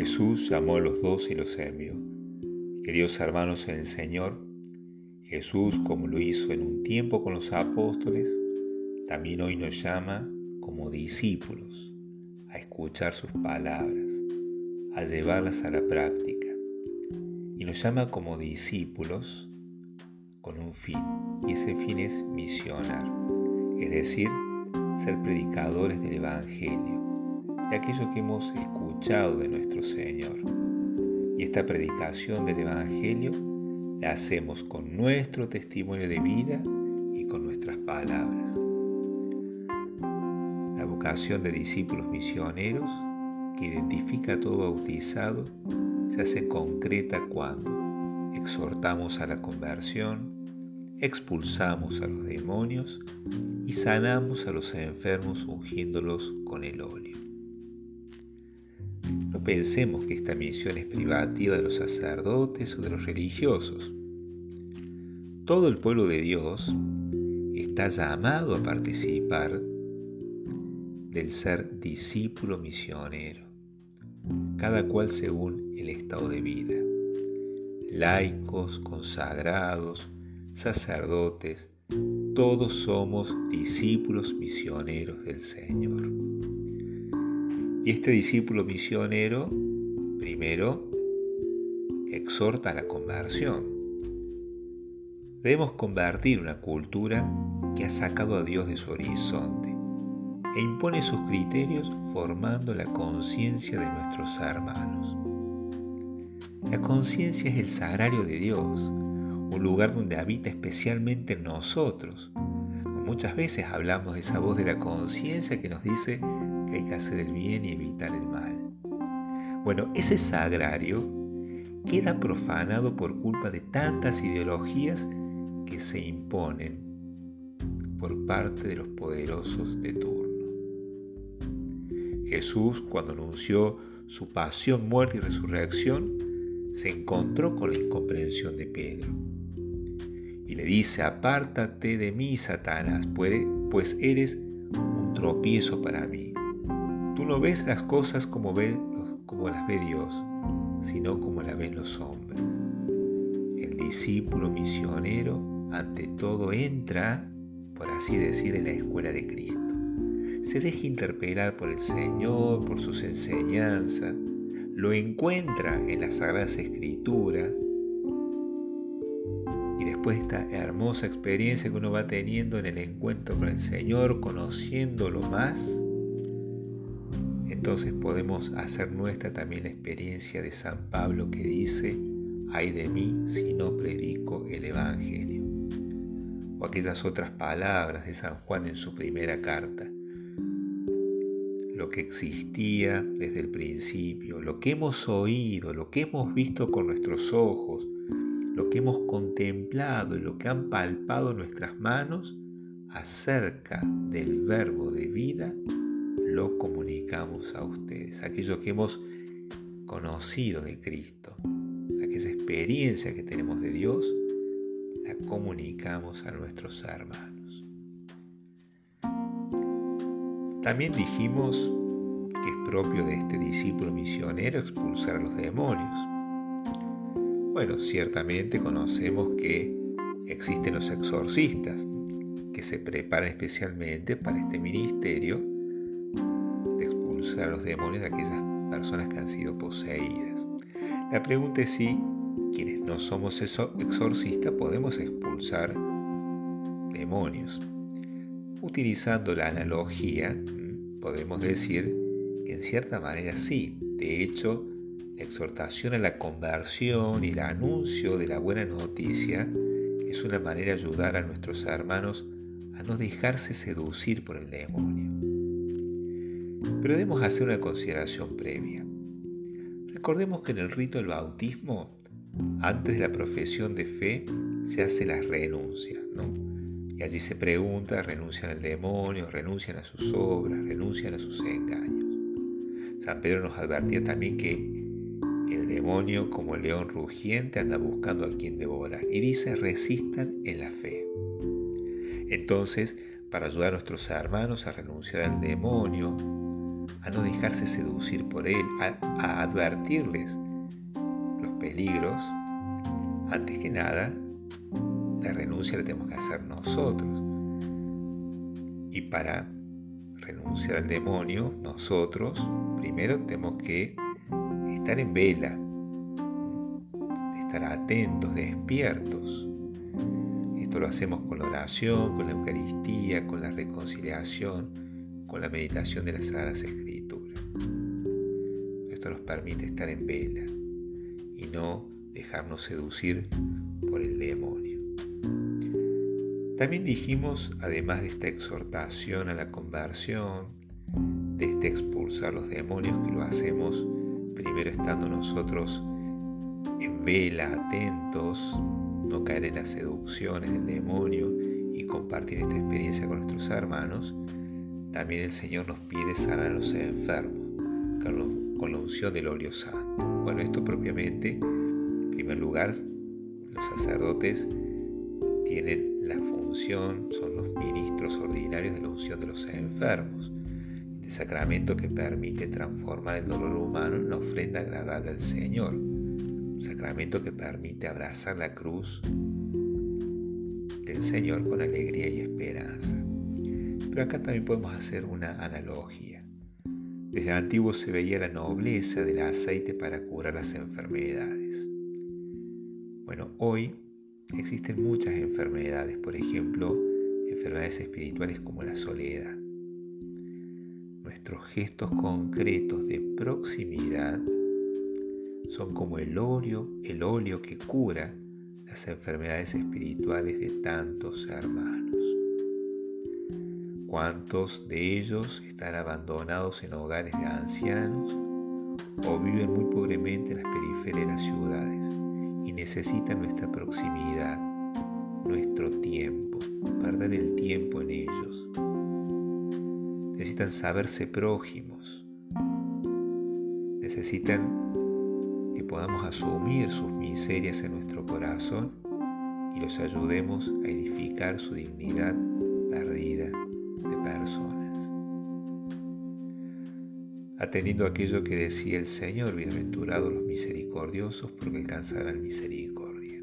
Jesús llamó a los 12 y los envió. Queridos hermanos en el Señor, Jesús, como lo hizo en un tiempo con los apóstoles, también hoy nos llama como discípulos a escuchar sus palabras, a llevarlas a la práctica. Y nos llama como discípulos con un fin, y ese fin es misionar, es decir, ser predicadores del Evangelio, de aquello que hemos escuchado de nuestro Señor. Y esta predicación del Evangelio la hacemos con nuestro testimonio de vida y con nuestras palabras. La vocación de discípulos misioneros, que identifica a todo bautizado, se hace concreta cuando exhortamos a la conversión, expulsamos a los demonios y sanamos a los enfermos ungiéndolos con el óleo. No pensemos que esta misión es privativa de los sacerdotes o de los religiosos. Todo el pueblo de Dios está llamado a participar del ser discípulo misionero, cada cual según el estado de vida. Laicos, consagrados, sacerdotes, todos somos discípulos misioneros del Señor. Y este discípulo misionero, primero, exhorta a la conversión. Debemos convertir una cultura que ha sacado a Dios de su horizonte e impone sus criterios formando la conciencia de nuestros hermanos. La conciencia es el sagrario de Dios, un lugar donde habita especialmente en nosotros. Muchas veces hablamos de esa voz de la conciencia que nos dice que hay que hacer el bien y evitar el mal. Bueno, ese sagrario queda profanado por culpa de tantas ideologías que se imponen por parte de los poderosos de turno. Jesús, cuando anunció su pasión, muerte y resurrección, se encontró con la incomprensión de Pedro y le dice: apártate de mí, Satanás, pues eres un tropiezo para mí. Tú no ves las cosas como las ve Dios, sino como las ven los hombres. El discípulo misionero, ante todo, entra, por así decir, en la escuela de Cristo. Se deja interpelar por el Señor, por sus enseñanzas, lo encuentra en las Sagradas Escrituras, y después de esta hermosa experiencia que uno va teniendo en el encuentro con el Señor, conociéndolo más, entonces podemos hacer nuestra también la experiencia de San Pablo, que dice: ay de mí si no predico el Evangelio. O aquellas otras palabras de San Juan en su primera carta: lo que existía desde el principio, lo que hemos oído, lo que hemos visto con nuestros ojos, lo que hemos contemplado y lo que han palpado nuestras manos acerca del Verbo de vida, lo comunicamos a ustedes. Aquello que hemos conocido de Cristo, aquella experiencia que tenemos de Dios, la comunicamos a nuestros hermanos. También dijimos que es propio de este discípulo misionero expulsar a los demonios. Bueno, ciertamente conocemos que existen los exorcistas, que se preparan especialmente para este ministerio de expulsar a los demonios de aquellas personas que han sido poseídas. La pregunta es si quienes no somos exorcistas podemos expulsar demonios. Utilizando la analogía, podemos decir que en cierta manera sí. De hecho, la exhortación a la conversión y el anuncio de la buena noticia es una manera de ayudar a nuestros hermanos a no dejarse seducir por el demonio. Pero debemos hacer una consideración previa. Recordemos que en el rito del bautismo, antes de la profesión de fe, se hace la renuncia, ¿no? Y allí se pregunta: ¿renuncian al demonio? ¿Renuncian a sus obras? ¿Renuncian a sus engaños? San Pedro nos advertía también que el demonio, como el león rugiente, anda buscando a quien devorar. Y dice: resistan en la fe. Entonces, para ayudar a nuestros hermanos a renunciar al demonio, a no dejarse seducir por él, a advertirles los peligros. Antes que nada, la renuncia la tenemos que hacer nosotros. Y para renunciar al demonio, nosotros primero tenemos que estar en vela, estar atentos, despiertos. Esto lo hacemos con la oración, con la Eucaristía, con la reconciliación, con la meditación de las Sagradas Escrituras. Esto nos permite estar en vela y no dejarnos seducir por el demonio. También dijimos, además de esta exhortación a la conversión, de este expulsar los demonios, que lo hacemos primero estando nosotros en vela, atentos, no caer en las seducciones del demonio y compartir esta experiencia con nuestros hermanos. También el Señor nos pide sanar a los enfermos con la unción del óleo santo. Bueno, esto propiamente, en primer lugar, los sacerdotes tienen la función, son los ministros ordinarios de la unción de los enfermos, este sacramento que permite transformar el dolor humano en una ofrenda agradable al Señor, un sacramento que permite abrazar la cruz del Señor con alegría y esperanza. Pero acá también podemos hacer una analogía. Desde antiguo se veía la nobleza del aceite para curar las enfermedades. Bueno, hoy existen muchas enfermedades, por ejemplo, enfermedades espirituales como la soledad. Nuestros gestos concretos de proximidad son como el óleo que cura las enfermedades espirituales de tantos hermanos. ¿Cuántos de ellos están abandonados en hogares de ancianos o viven muy pobremente en las periferias de las ciudades y necesitan nuestra proximidad, nuestro tiempo, perder el tiempo en ellos? Necesitan saberse prójimos, necesitan que podamos asumir sus miserias en nuestro corazón y los ayudemos a edificar su dignidad perdida de personas. Atendiendo a aquello que decía el Señor, bienaventurados los misericordiosos, porque alcanzarán misericordia.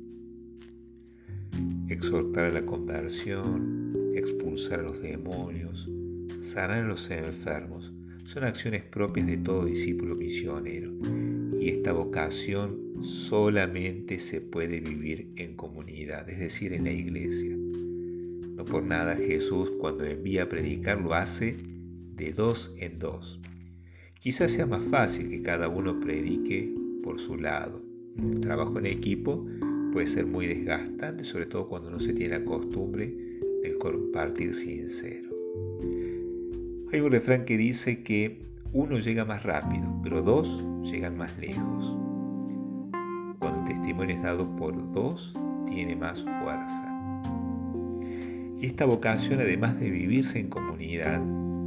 Exhortar a la conversión, expulsar a los demonios, sanar a los enfermos, son acciones propias de todo discípulo misionero. Y esta vocación solamente se puede vivir en comunidad, es decir, en la iglesia. No por nada Jesús, cuando envía a predicar, lo hace de 2 en 2. Quizás sea más fácil que cada uno predique por su lado. El trabajo en equipo puede ser muy desgastante, sobre todo cuando no se tiene la costumbre del compartir sincero. Hay un refrán que dice que uno llega más rápido, pero 2 llegan más lejos. Cuando el testimonio es dado por 2, tiene más fuerza. Y esta vocación, además de vivirse en comunidad,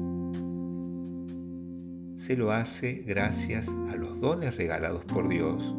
se lo hace gracias a los dones regalados por Dios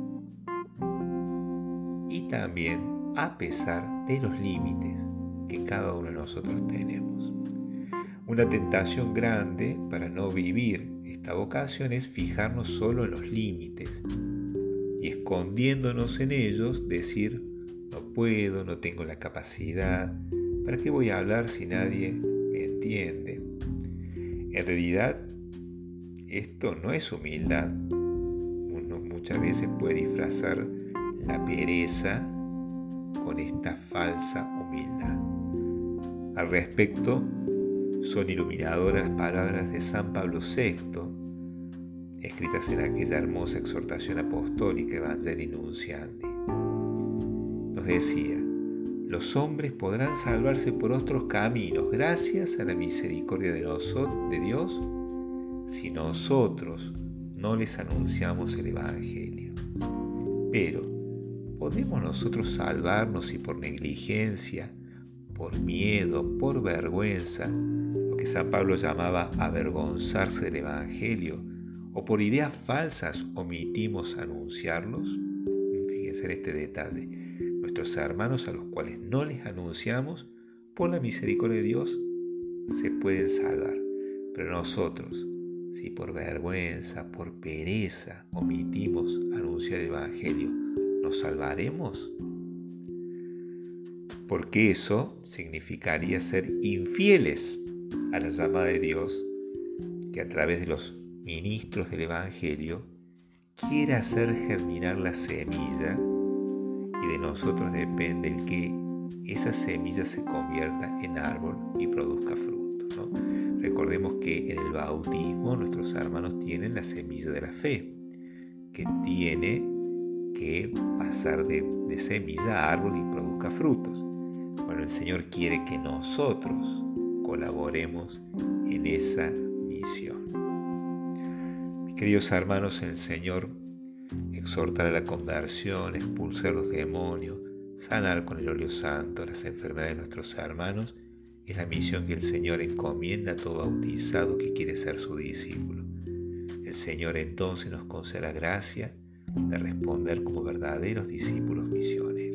y también a pesar de los límites que cada uno de nosotros tenemos. Una tentación grande para no vivir esta vocación es fijarnos solo en los límites y, escondiéndonos en ellos, decir: no puedo, no tengo la capacidad, ¿para qué voy a hablar si nadie me entiende? En realidad, esto no es humildad. Uno muchas veces puede disfrazar la pereza con esta falsa humildad. Al respecto, son iluminadoras las palabras de San Pablo VI, escritas en aquella hermosa exhortación apostólica Evangelii Nuntiandi. Nos decía: los hombres podrán salvarse por otros caminos gracias a la misericordia de Dios si nosotros no les anunciamos el Evangelio. Pero, ¿podemos nosotros salvarnos si por negligencia, por miedo, por vergüenza, lo que San Pablo llamaba avergonzarse del Evangelio, o por ideas falsas omitimos anunciarlos? Fíjense en este detalle. Nuestros hermanos a los cuales no les anunciamos, por la misericordia de Dios, se pueden salvar. Pero nosotros, si por vergüenza, por pereza, omitimos anunciar el Evangelio, ¿nos salvaremos? Porque eso significaría ser infieles a la llamada de Dios, que a través de los ministros del Evangelio quiere hacer germinar la semilla, y de nosotros depende el que esa semilla se convierta en árbol y produzca fruto, ¿no? Recordemos que en el bautismo nuestros hermanos tienen la semilla de la fe, que tiene que pasar de semilla a árbol y produzca frutos. Bueno, el Señor quiere que nosotros colaboremos en esa misión. Mis queridos hermanos en el Señor, exhortar a la conversión, expulsar los demonios, sanar con el óleo santo las enfermedades de nuestros hermanos, es la misión que el Señor encomienda a todo bautizado que quiere ser su discípulo. El Señor entonces nos concede la gracia de responder como verdaderos discípulos misioneros.